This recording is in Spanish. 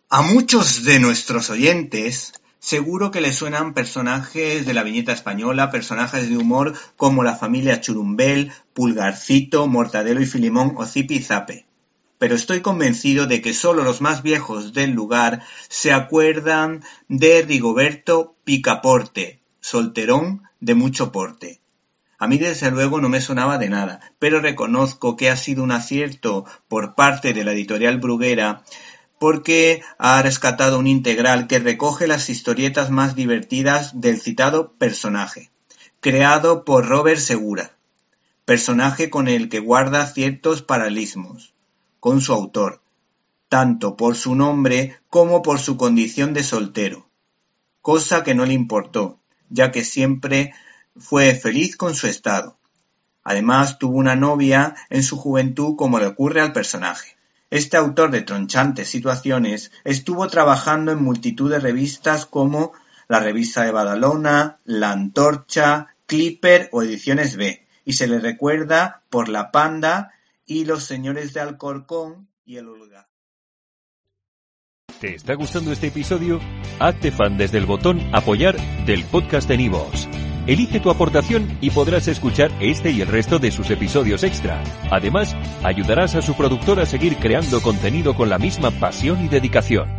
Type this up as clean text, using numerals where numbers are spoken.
A muchos de nuestros oyentes seguro que les suenan personajes de la viñeta española, personajes de humor como la familia Churumbel, Pulgarcito, Mortadelo y Filimón o Zipi y Zape. Pero estoy convencido de que solo los más viejos del lugar se acuerdan de Rigoberto Picaporte, solterón de mucho porte. A mí desde luego no me sonaba de nada, pero reconozco que ha sido un acierto por parte de la editorial Bruguera porque ha rescatado un integral que recoge las historietas más divertidas del citado personaje, creado por Robert Segura, personaje con el que guarda ciertos paralelismos con su autor, tanto por su nombre como por su condición de soltero, cosa que no le importó, ya que siempre fue feliz con su estado. Además, tuvo una novia en su juventud como le ocurre al personaje. Este autor de tronchantes situaciones estuvo trabajando en multitud de revistas como la Revista de Badalona, La Antorcha, Clipper o Ediciones B, y se le recuerda por La Panda y Los Señores de Alcorcón y El Holgaz. ¿Te está gustando este episodio? Hazte fan desde el botón Apoyar del podcast de Nivos. Elige tu aportación y podrás escuchar este y el resto de sus episodios extra. Además, ayudarás a su productor a seguir creando contenido con la misma pasión y dedicación.